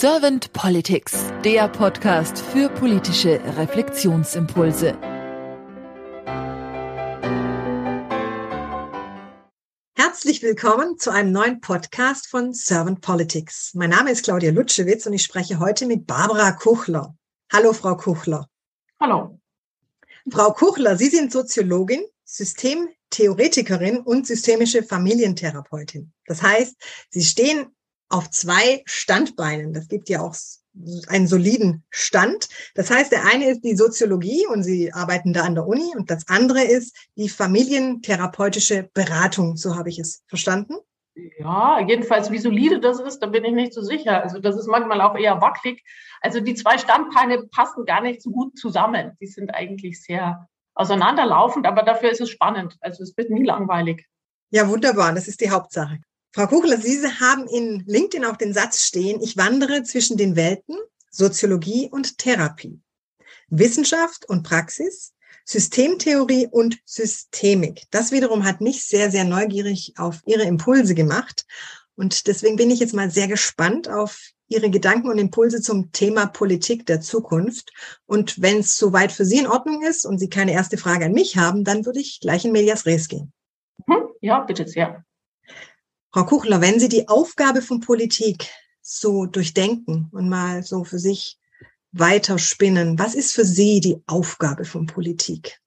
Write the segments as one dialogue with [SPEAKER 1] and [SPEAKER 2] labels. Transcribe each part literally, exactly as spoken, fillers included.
[SPEAKER 1] Servant Politics, der Podcast für politische Reflexionsimpulse.
[SPEAKER 2] Herzlich willkommen zu einem neuen Podcast von Servant Politics. Mein Name ist Claudia Lutschewitz und ich spreche heute mit Barbara Kuchler. Hallo, Frau Kuchler.
[SPEAKER 3] Hallo.
[SPEAKER 2] Frau Kuchler, Sie sind Soziologin, Systemtheoretikerin und systemische Familientherapeutin. Das heißt, Sie stehen auf zwei Standbeinen. Das gibt ja auch einen soliden Stand. Das heißt, der eine ist die Soziologie und Sie arbeiten da an der Uni und das andere ist die familientherapeutische Beratung. So habe ich es verstanden.
[SPEAKER 3] Ja, jedenfalls, wie solide das ist, da bin ich nicht so sicher. Also das ist manchmal auch eher wackelig. Also die zwei Standbeine passen gar nicht so gut zusammen. Die sind eigentlich sehr auseinanderlaufend, aber dafür ist es spannend. Also es wird nie langweilig.
[SPEAKER 2] Ja, wunderbar. Das ist die Hauptsache. Frau Kuchler, Sie haben in LinkedIn auch den Satz stehen, ich wandere zwischen den Welten, Soziologie und Therapie, Wissenschaft und Praxis, Systemtheorie und Systemik. Das wiederum hat mich sehr, sehr neugierig auf Ihre Impulse gemacht. Und deswegen bin ich jetzt mal sehr gespannt auf Ihre Gedanken und Impulse zum Thema Politik der Zukunft. Und wenn es soweit für Sie in Ordnung ist und Sie keine erste Frage an mich haben, dann würde ich gleich in medias res gehen.
[SPEAKER 3] Ja, bitte sehr.
[SPEAKER 2] Frau Kuchler, wenn Sie die Aufgabe von Politik so durchdenken und mal so für sich weiterspinnen, was ist für Sie die Aufgabe von Politik?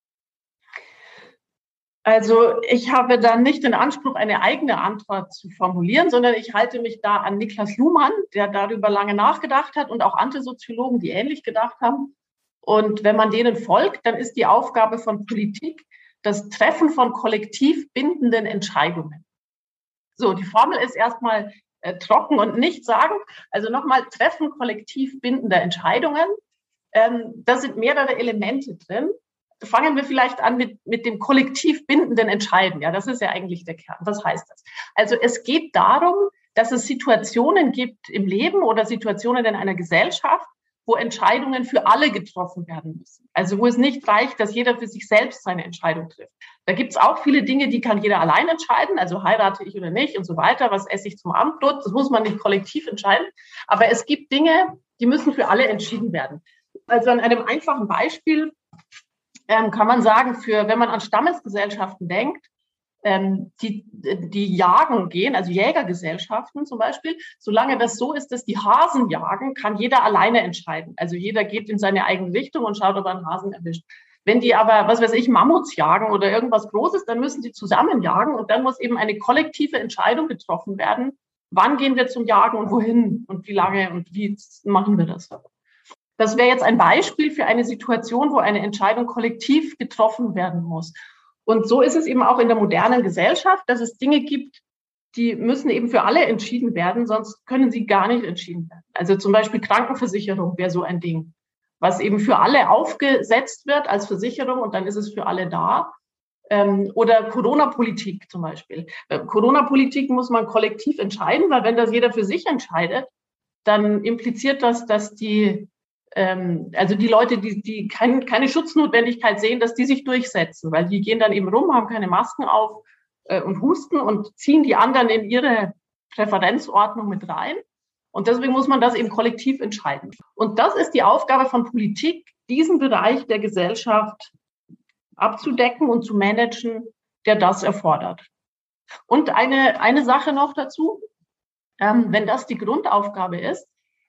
[SPEAKER 3] Also ich habe da nicht den Anspruch, eine eigene Antwort zu formulieren, sondern ich halte mich da an Niklas Luhmann, der darüber lange nachgedacht hat und auch andere Soziologen, die ähnlich gedacht haben. Und wenn man denen folgt, dann ist die Aufgabe von Politik das Treffen von kollektiv bindenden Entscheidungen. So, die Formel ist erstmal äh, trocken und nichtssagend. Also nochmal Treffen kollektiv bindender Entscheidungen. Ähm, da sind mehrere Elemente drin. Fangen wir vielleicht an mit, mit dem kollektiv bindenden Entscheiden. Ja, das ist ja eigentlich der Kern. Was heißt das? Also es geht darum, dass es Situationen gibt im Leben oder Situationen in einer Gesellschaft, wo Entscheidungen für alle getroffen werden müssen. Also wo es nicht reicht, dass jeder für sich selbst seine Entscheidung trifft. Da gibt es auch viele Dinge, die kann jeder allein entscheiden, also heirate ich oder nicht und so weiter, was esse ich zum Abendbrot, das muss man nicht kollektiv entscheiden. Aber es gibt Dinge, die müssen für alle entschieden werden. Also an einem einfachen Beispiel ähm, kann man sagen, für, wenn man an Stammesgesellschaften denkt, ähm, die, die jagen gehen, also Jägergesellschaften zum Beispiel, solange das so ist, dass die Hasen jagen, kann jeder alleine entscheiden. Also jeder geht in seine eigene Richtung und schaut, ob er einen Hasen erwischt. Wenn die aber, was weiß ich, Mammuts jagen oder irgendwas Großes, dann müssen sie zusammen jagen und dann muss eben eine kollektive Entscheidung getroffen werden. Wann gehen wir zum Jagen und wohin und wie lange und wie machen wir das? Das wäre jetzt ein Beispiel für eine Situation, wo eine Entscheidung kollektiv getroffen werden muss. Und so ist es eben auch in der modernen Gesellschaft, dass es Dinge gibt, die müssen eben für alle entschieden werden, sonst können sie gar nicht entschieden werden. Also zum Beispiel Krankenversicherung wäre so ein Ding, was eben für alle aufgesetzt wird als Versicherung und dann ist es für alle da. Ähm, oder Corona-Politik zum Beispiel. Äh, Corona-Politik muss man kollektiv entscheiden, weil wenn das jeder für sich entscheidet, dann impliziert das, dass die ähm, also die Leute, die, die kein, keine Schutznotwendigkeit sehen, dass die sich durchsetzen, weil die gehen dann eben rum, haben keine Masken auf äh, und husten und ziehen die anderen in ihre Präferenzordnung mit rein. Und deswegen muss man das eben kollektiv entscheiden. Und das ist die Aufgabe von Politik, diesen Bereich der Gesellschaft abzudecken und zu managen, der das erfordert. Und eine, eine Sache noch dazu, ähm, wenn das die Grundaufgabe ist,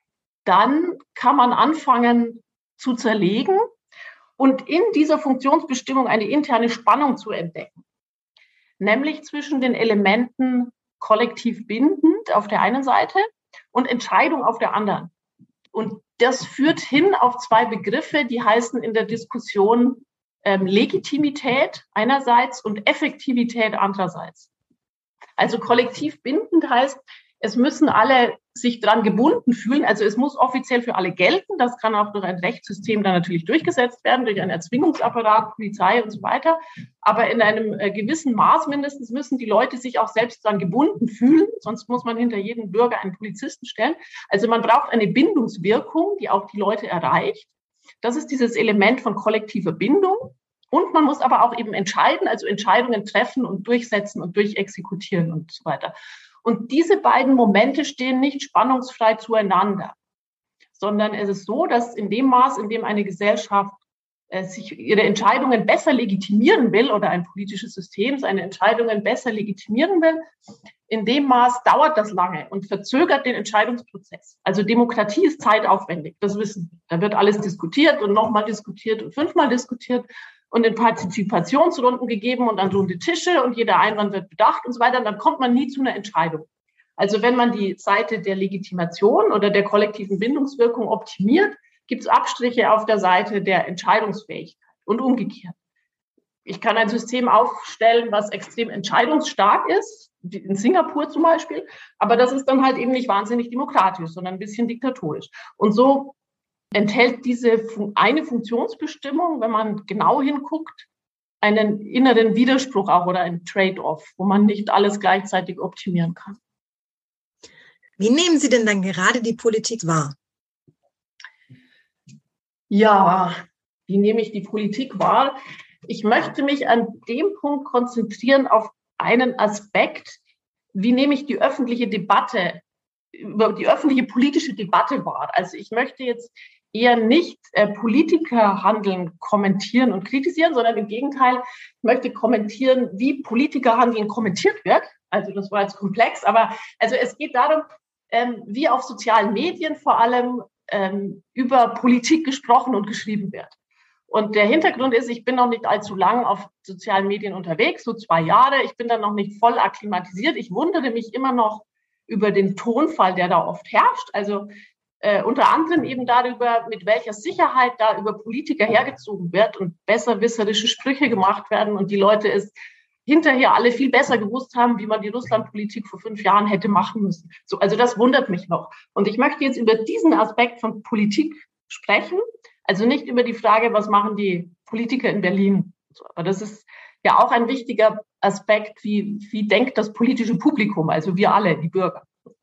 [SPEAKER 3] dann kann man anfangen zu zerlegen und in dieser Funktionsbestimmung eine interne Spannung zu entdecken. Nämlich zwischen den Elementen kollektiv bindend auf der einen Seite und Entscheidung auf der anderen. Und das führt hin auf zwei Begriffe, die heißen in der Diskussion ähm, Legitimität einerseits und Effektivität andererseits. Also kollektiv bindend heißt, es müssen alle sich dran gebunden fühlen. Also es muss offiziell für alle gelten. Das kann auch durch ein Rechtssystem dann natürlich durchgesetzt werden, durch einen Erzwingungsapparat, Polizei und so weiter. Aber in einem äh, gewissen Maß mindestens müssen die Leute sich auch selbst dran gebunden fühlen. Sonst muss man hinter jedem Bürger einen Polizisten stellen. Also man braucht eine Bindungswirkung, die auch die Leute erreicht. Das ist dieses Element von kollektiver Bindung. Und man muss aber auch eben entscheiden, also Entscheidungen treffen und durchsetzen und durchexekutieren und so weiter. Und diese beiden Momente stehen nicht spannungsfrei zueinander, sondern es ist so, dass in dem Maß, in dem eine Gesellschaft äh, sich ihre Entscheidungen besser legitimieren will oder ein politisches System seine Entscheidungen besser legitimieren will, in dem Maß dauert das lange und verzögert den Entscheidungsprozess. Also Demokratie ist zeitaufwendig, das wissen wir. Da wird alles diskutiert und nochmal diskutiert und fünfmal diskutiert und in Partizipationsrunden gegeben und an runde Tische und jeder Einwand wird bedacht und so weiter. Und dann kommt man nie zu einer Entscheidung. Also wenn man die Seite der Legitimation oder der kollektiven Bindungswirkung optimiert, gibt es Abstriche auf der Seite der Entscheidungsfähigkeit und umgekehrt. Ich kann ein System aufstellen, was extrem entscheidungsstark ist, wie in Singapur zum Beispiel, aber das ist dann halt eben nicht wahnsinnig demokratisch, sondern ein bisschen diktatorisch. Und so enthält diese eine Funktionsbestimmung, wenn man genau hinguckt, einen inneren Widerspruch auch oder einen Trade-off, wo man nicht alles gleichzeitig optimieren kann.
[SPEAKER 2] Wie nehmen Sie denn dann gerade die Politik wahr?
[SPEAKER 3] Ja, wie nehme ich die Politik wahr? Ich möchte mich an dem Punkt konzentrieren auf einen Aspekt, wie nehme ich die öffentliche Debatte, über die öffentliche politische Debatte wahr. Also ich möchte jetzt eher nicht äh, Politikerhandeln kommentieren und kritisieren, sondern im Gegenteil, ich möchte kommentieren, wie Politikerhandeln kommentiert wird. Also das war jetzt komplex, aber also es geht darum, ähm, wie auf sozialen Medien vor allem ähm, über Politik gesprochen und geschrieben wird. Und der Hintergrund ist, ich bin noch nicht allzu lang auf sozialen Medien unterwegs, so zwei Jahre. Ich bin dann noch nicht voll akklimatisiert. Ich wundere mich immer noch über den Tonfall, der da oft herrscht. Also äh, unter anderem eben darüber, mit welcher Sicherheit da über Politiker hergezogen wird und besserwisserische Sprüche gemacht werden und die Leute es hinterher alle viel besser gewusst haben, wie man die Russlandpolitik vor fünf Jahren hätte machen müssen. So, also das wundert mich noch. Und ich möchte jetzt über diesen Aspekt von Politik sprechen. Also nicht über die Frage, was machen die Politiker in Berlin. Aber das ist ja auch ein wichtiger Aspekt, wie, wie denkt das politische Publikum, also wir alle, die Bürger.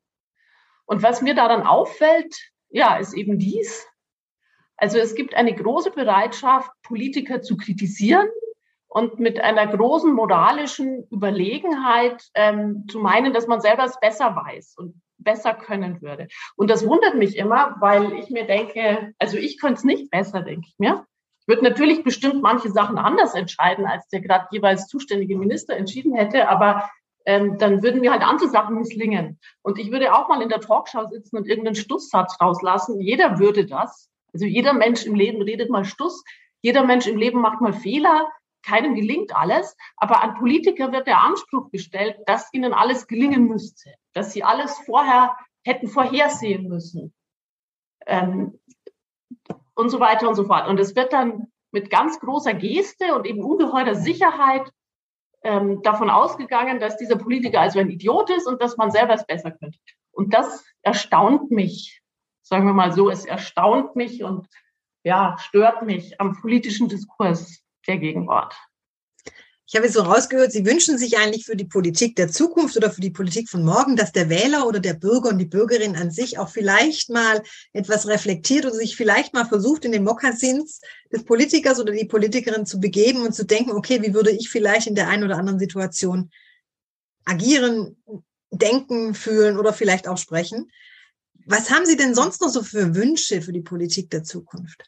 [SPEAKER 3] Und was mir daran auffällt, ja, ist eben dies. Also es gibt eine große Bereitschaft, Politiker zu kritisieren und mit einer großen moralischen Überlegenheit ähm, zu meinen, dass man selber es besser weiß und besser können würde. Und das wundert mich immer, weil ich mir denke, also ich könnte es nicht besser, denke ich mir. Ich würde natürlich bestimmt manche Sachen anders entscheiden, als der gerade jeweils zuständige Minister entschieden hätte, aber ähm, dann würden mir halt andere Sachen misslingen. Und ich würde auch mal in der Talkshow sitzen und irgendeinen Stusszatz rauslassen. Jeder würde das. Also jeder Mensch im Leben redet mal Stuss. Jeder Mensch im Leben macht mal Fehler. Keinem gelingt alles. Aber an Politiker wird der Anspruch gestellt, dass ihnen alles gelingen müsste. Dass sie alles vorher hätten vorhersehen müssen. Ähm, und so weiter und so fort. Und es wird dann mit ganz großer Geste und eben ungeheurer Sicherheit ähm, davon ausgegangen, dass dieser Politiker also ein Idiot ist und dass man selber es besser könnte. Und das erstaunt mich, sagen wir mal so, es erstaunt mich und ja, stört mich am politischen Diskurs der Gegenwart.
[SPEAKER 2] Ich habe jetzt so rausgehört, Sie wünschen sich eigentlich für die Politik der Zukunft oder für die Politik von morgen, dass der Wähler oder der Bürger und die Bürgerin an sich auch vielleicht mal etwas reflektiert oder sich vielleicht mal versucht, in den Mokassins des Politikers oder die Politikerin zu begeben und zu denken, okay, wie würde ich vielleicht in der einen oder anderen Situation agieren, denken, fühlen oder vielleicht auch sprechen. Was haben Sie denn sonst noch so für Wünsche für die Politik der Zukunft?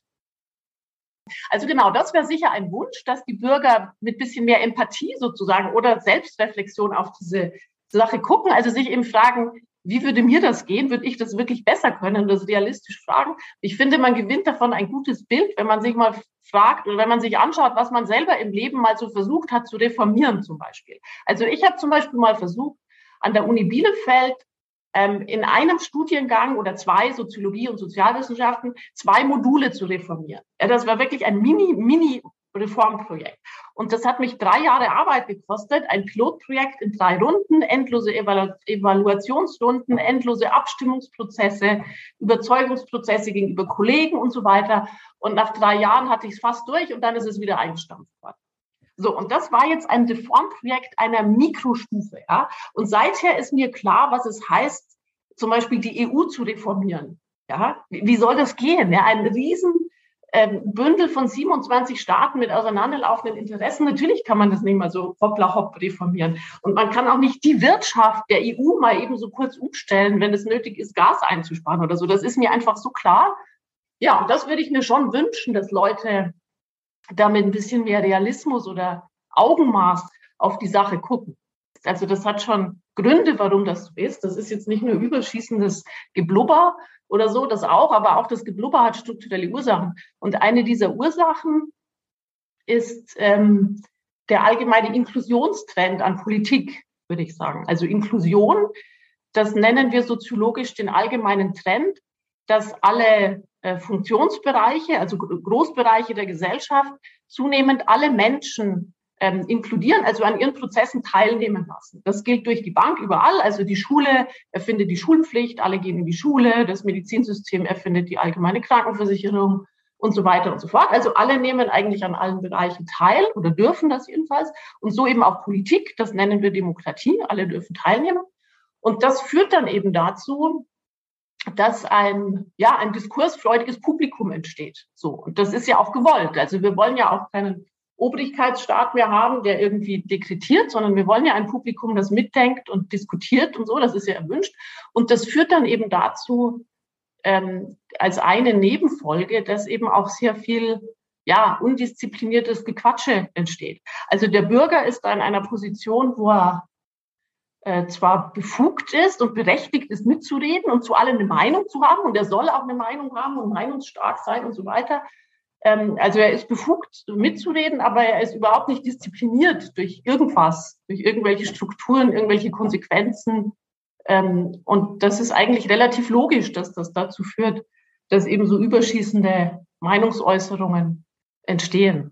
[SPEAKER 3] Also genau, das wäre sicher ein Wunsch, dass die Bürger mit bisschen mehr Empathie sozusagen oder Selbstreflexion auf diese Sache gucken, also sich eben fragen, wie würde mir das gehen? Würde ich das wirklich besser können und das realistisch fragen? Ich finde, man gewinnt davon ein gutes Bild, wenn man sich mal fragt oder wenn man sich anschaut, was man selber im Leben mal so versucht hat zu reformieren zum Beispiel. Also ich habe zum Beispiel mal versucht, an der Uni Bielefeld in einem Studiengang oder zwei, Soziologie und Sozialwissenschaften, zwei Module zu reformieren. Ja, das war wirklich ein Mini, Mini Reformprojekt. Und das hat mich drei Jahre Arbeit gekostet, ein Pilotprojekt in drei Runden, endlose Evalu- Evaluationsrunden, endlose Abstimmungsprozesse, Überzeugungsprozesse gegenüber Kollegen und so weiter. Und nach drei Jahren hatte ich es fast durch und dann ist es wieder eingestampft worden. So, und das war jetzt ein Reformprojekt einer Mikrostufe, ja. Und seither ist mir klar, was es heißt, zum Beispiel die E U zu reformieren, ja. Wie soll das gehen? Ja, ein riesen ähm, Bündel von siebenundzwanzig Staaten mit auseinanderlaufenden Interessen. Natürlich kann man das nicht mal so hoppla hopp reformieren. Und man kann auch nicht die Wirtschaft der E U mal eben so kurz umstellen, wenn es nötig ist, Gas einzusparen oder so. Das ist mir einfach so klar. Ja, und das würde ich mir schon wünschen, dass Leute da mit ein bisschen mehr Realismus oder Augenmaß auf die Sache gucken. Also das hat schon Gründe, warum das so ist. Das ist jetzt nicht nur überschießendes Geblubber oder so, das auch, aber auch das Geblubber hat strukturelle Ursachen. Und eine dieser Ursachen ist ähm, der allgemeine Inklusionstrend an Politik, würde ich sagen. Also Inklusion, das nennen wir soziologisch den allgemeinen Trend, dass alle äh, Funktionsbereiche, also Großbereiche der Gesellschaft, zunehmend alle Menschen ähm, inkludieren, also an ihren Prozessen teilnehmen lassen. Das gilt durch die Bank überall. Also die Schule erfindet die Schulpflicht, alle gehen in die Schule, das Medizinsystem erfindet die allgemeine Krankenversicherung und so weiter und so fort. Also alle nehmen eigentlich an allen Bereichen teil oder dürfen das jedenfalls. Und so eben auch Politik, das nennen wir Demokratie, alle dürfen teilnehmen. Und das führt dann eben dazu, dass ein, ja, ein diskursfreudiges Publikum entsteht. So. Und das ist ja auch gewollt. Also wir wollen ja auch keinen Obrigkeitsstaat mehr haben, der irgendwie dekretiert, sondern wir wollen ja ein Publikum, das mitdenkt und diskutiert und so. Das ist ja erwünscht. Und das führt dann eben dazu, ähm, als eine Nebenfolge, dass eben auch sehr viel, ja, undiszipliniertes Gequatsche entsteht. Also der Bürger ist da in einer Position, wo er äh, zwar befugt ist und berechtigt ist, mitzureden und zu allem eine Meinung zu haben, und er soll auch eine Meinung haben und meinungsstark sein und so weiter. Ähm, also er ist befugt, mitzureden, aber er ist überhaupt nicht diszipliniert durch irgendwas, durch irgendwelche Strukturen, irgendwelche Konsequenzen. Ähm, und das ist eigentlich relativ logisch, dass das dazu führt, dass eben so überschießende Meinungsäußerungen entstehen.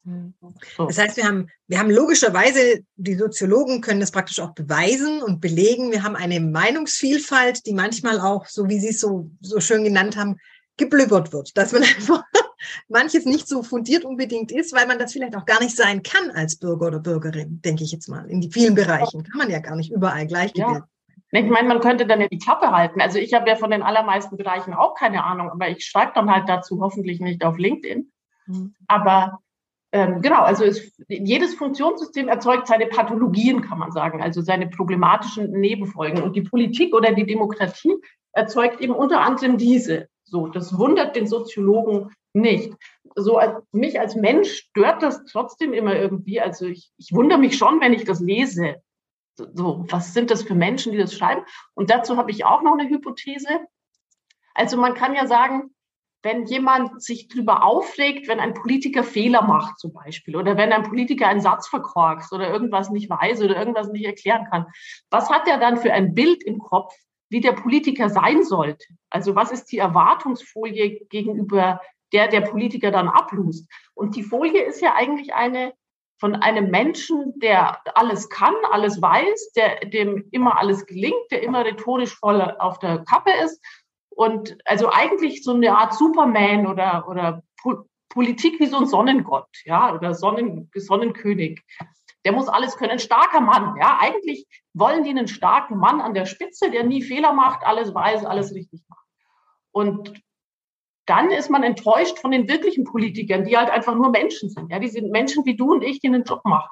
[SPEAKER 2] So. Das heißt, wir haben, wir haben logischerweise, die Soziologen können das praktisch auch beweisen und belegen. Wir haben eine Meinungsvielfalt, die manchmal auch, so wie Sie es so, so schön genannt haben, geblübbert wird. Dass man einfach manches nicht so fundiert unbedingt ist, weil man das vielleicht auch gar nicht sein kann als Bürger oder Bürgerin, denke ich jetzt mal. In die vielen Bereichen kann man ja gar nicht überall gleich gebildet.
[SPEAKER 3] Ja. Ich meine, man könnte dann ja die Klappe halten. Also ich habe ja von den allermeisten Bereichen auch keine Ahnung, aber ich schreibe dann halt dazu hoffentlich nicht auf LinkedIn. Mhm. Aber ähm, genau, also es, jedes Funktionssystem erzeugt seine Pathologien, kann man sagen, also seine problematischen Nebenfolgen. Und die Politik oder die Demokratie erzeugt eben unter anderem diese. So, das wundert den Soziologen nicht. So als mich als Mensch stört das trotzdem immer irgendwie. Also ich, ich wundere mich schon, wenn ich das lese. So, was sind das für Menschen, die das schreiben? Und dazu habe ich auch noch eine Hypothese. Also man kann ja sagen, wenn jemand sich darüber aufregt, wenn ein Politiker Fehler macht zum Beispiel, oder wenn ein Politiker einen Satz verkorkst oder irgendwas nicht weiß oder irgendwas nicht erklären kann, was hat er dann für ein Bild im Kopf, wie der Politiker sein sollte? Also was ist die Erwartungsfolie gegenüber der der Politiker dann ablust? Und die Folie ist ja eigentlich eine von einem Menschen, der alles kann, alles weiß, der, dem immer alles gelingt, der immer rhetorisch voll auf der Kappe ist. Und also eigentlich so eine Art Superman oder, oder po- Politik wie so ein Sonnengott, ja, oder Sonnen, Sonnenkönig. Der muss alles können, ein starker Mann, ja. Eigentlich wollen die einen starken Mann an der Spitze, der nie Fehler macht, alles weiß, alles richtig macht. Und dann ist man enttäuscht von den wirklichen Politikern, die halt einfach nur Menschen sind. Ja, die sind Menschen wie du und ich, die einen Job machen.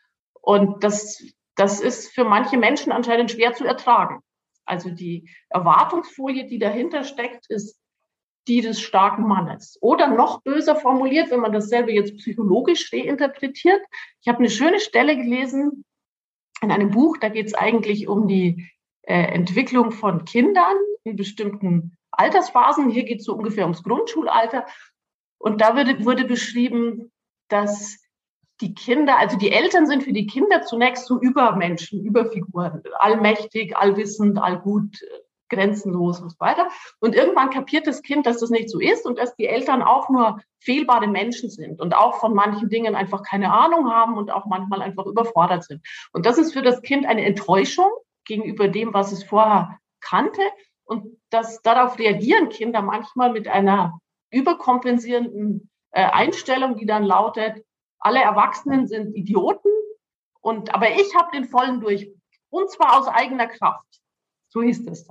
[SPEAKER 3] Und das, das ist für manche Menschen anscheinend schwer zu ertragen. Also die Erwartungsfolie, die dahinter steckt, ist die des starken Mannes. Oder noch böser formuliert, wenn man dasselbe jetzt psychologisch reinterpretiert. Ich habe eine schöne Stelle gelesen in einem Buch, da geht es eigentlich um die äh, Entwicklung von Kindern in bestimmten Altersphasen. Hier geht es so ungefähr ums Grundschulalter. Und da wurde, wurde beschrieben, dass die Kinder, also die Eltern sind für die Kinder zunächst so Übermenschen, Überfiguren, allmächtig, allwissend, allgut, grenzenlos und so weiter. Und irgendwann kapiert das Kind, dass das nicht so ist und dass die Eltern auch nur fehlbare Menschen sind und auch von manchen Dingen einfach keine Ahnung haben und auch manchmal einfach überfordert sind. Und das ist für das Kind eine Enttäuschung gegenüber dem, was es vorher kannte. Und das, darauf reagieren Kinder manchmal mit einer überkompensierenden äh, Einstellung, die dann lautet, alle Erwachsenen sind Idioten, und aber ich habe den vollen Durchblick. Und zwar aus eigener Kraft. So hieß es da.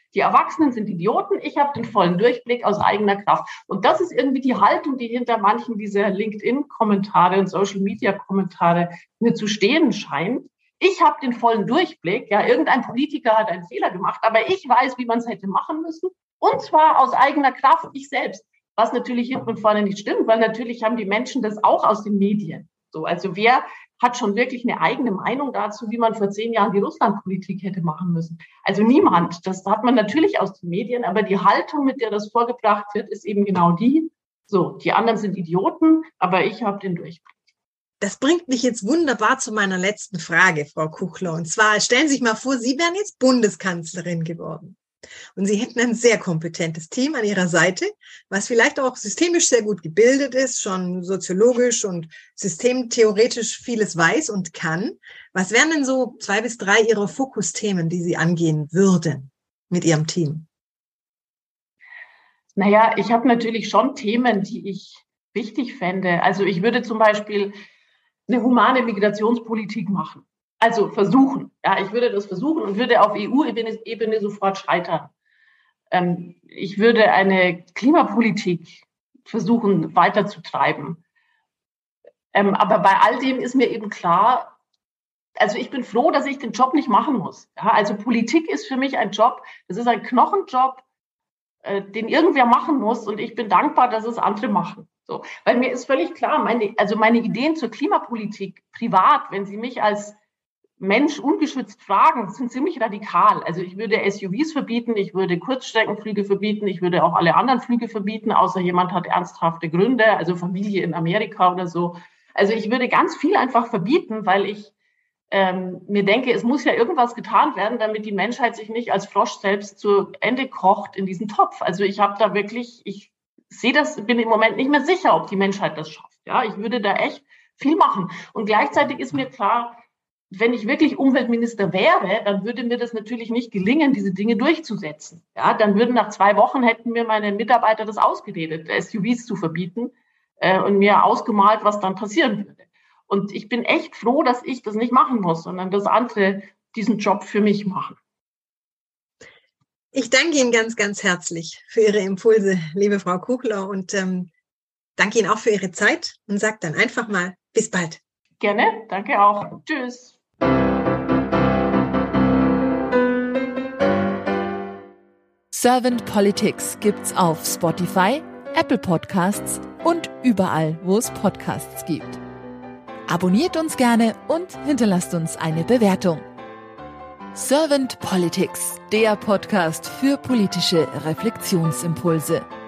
[SPEAKER 3] Die Erwachsenen sind Idioten, ich habe den vollen Durchblick aus eigener Kraft. Und das ist irgendwie die Haltung, die hinter manchen dieser LinkedIn-Kommentare und Social-Media-Kommentare mir zu stehen scheint. Ich habe den vollen Durchblick, ja, irgendein Politiker hat einen Fehler gemacht, aber ich weiß, wie man es hätte machen müssen. Und zwar aus eigener Kraft, ich selbst. Was natürlich hinten und vorne nicht stimmt, weil natürlich haben die Menschen das auch aus den Medien. So, also wer hat schon wirklich eine eigene Meinung dazu, wie man vor zehn Jahren die Russlandpolitik hätte machen müssen? Also niemand. Das hat man natürlich aus den Medien, aber die Haltung, mit der das vorgebracht wird, ist eben genau die. So, die anderen sind Idioten, aber ich habe den Durchblick.
[SPEAKER 2] Das bringt mich jetzt wunderbar zu meiner letzten Frage, Frau Kuchler. Und zwar stellen Sie sich mal vor, Sie wären jetzt Bundeskanzlerin geworden. Und Sie hätten ein sehr kompetentes Team an Ihrer Seite, was vielleicht auch systemisch sehr gut gebildet ist, schon soziologisch und systemtheoretisch vieles weiß und kann. Was wären denn so zwei bis drei Ihrer Fokusthemen, die Sie angehen würden mit Ihrem Team?
[SPEAKER 3] Naja, ich habe natürlich schon Themen, die ich wichtig fände. Also ich würde zum Beispiel eine humane Migrationspolitik machen. Also versuchen. Ja, ich würde das versuchen und würde auf E U-Ebene sofort scheitern. Ähm, ich würde eine Klimapolitik versuchen weiterzutreiben. Ähm, aber bei all dem ist mir eben klar, also ich bin froh, dass ich den Job nicht machen muss. Ja, also Politik ist für mich ein Job, das ist ein Knochenjob, äh, den irgendwer machen muss und ich bin dankbar, dass es andere machen. So, weil mir ist völlig klar, meine, also meine Ideen zur Klimapolitik privat, wenn Sie mich als Mensch ungeschützt fragen, sind ziemlich radikal. Also ich würde S U Vs verbieten, ich würde Kurzstreckenflüge verbieten, ich würde auch alle anderen Flüge verbieten, außer jemand hat ernsthafte Gründe, also Familie in Amerika oder so. Also ich würde ganz viel einfach verbieten, weil ich ähm, mir denke, es muss ja irgendwas getan werden, damit die Menschheit sich nicht als Frosch selbst zu Ende kocht in diesen Topf. Also ich habe da wirklich, ich sehe das, bin im Moment nicht mehr sicher, ob die Menschheit das schafft. Ja, ich würde da echt viel machen. Und gleichzeitig ist mir klar, wenn ich wirklich Umweltminister wäre, dann würde mir das natürlich nicht gelingen, diese Dinge durchzusetzen. Ja, dann würden nach zwei Wochen hätten mir meine Mitarbeiter das ausgeredet, S U Vs zu verbieten äh, und mir ausgemalt, was dann passieren würde. Und ich bin echt froh, dass ich das nicht machen muss, sondern dass andere diesen Job für mich machen.
[SPEAKER 2] Ich danke Ihnen ganz, ganz herzlich für Ihre Impulse, liebe Frau Kuchler, und ähm, danke Ihnen auch für Ihre Zeit und sage dann einfach mal bis bald.
[SPEAKER 3] Gerne, danke auch. Tschüss.
[SPEAKER 1] Servant Politics gibt's auf Spotify, Apple Podcasts und überall, wo es Podcasts gibt. Abonniert uns gerne und hinterlasst uns eine Bewertung. Servant Politics, der Podcast für politische Reflexionsimpulse.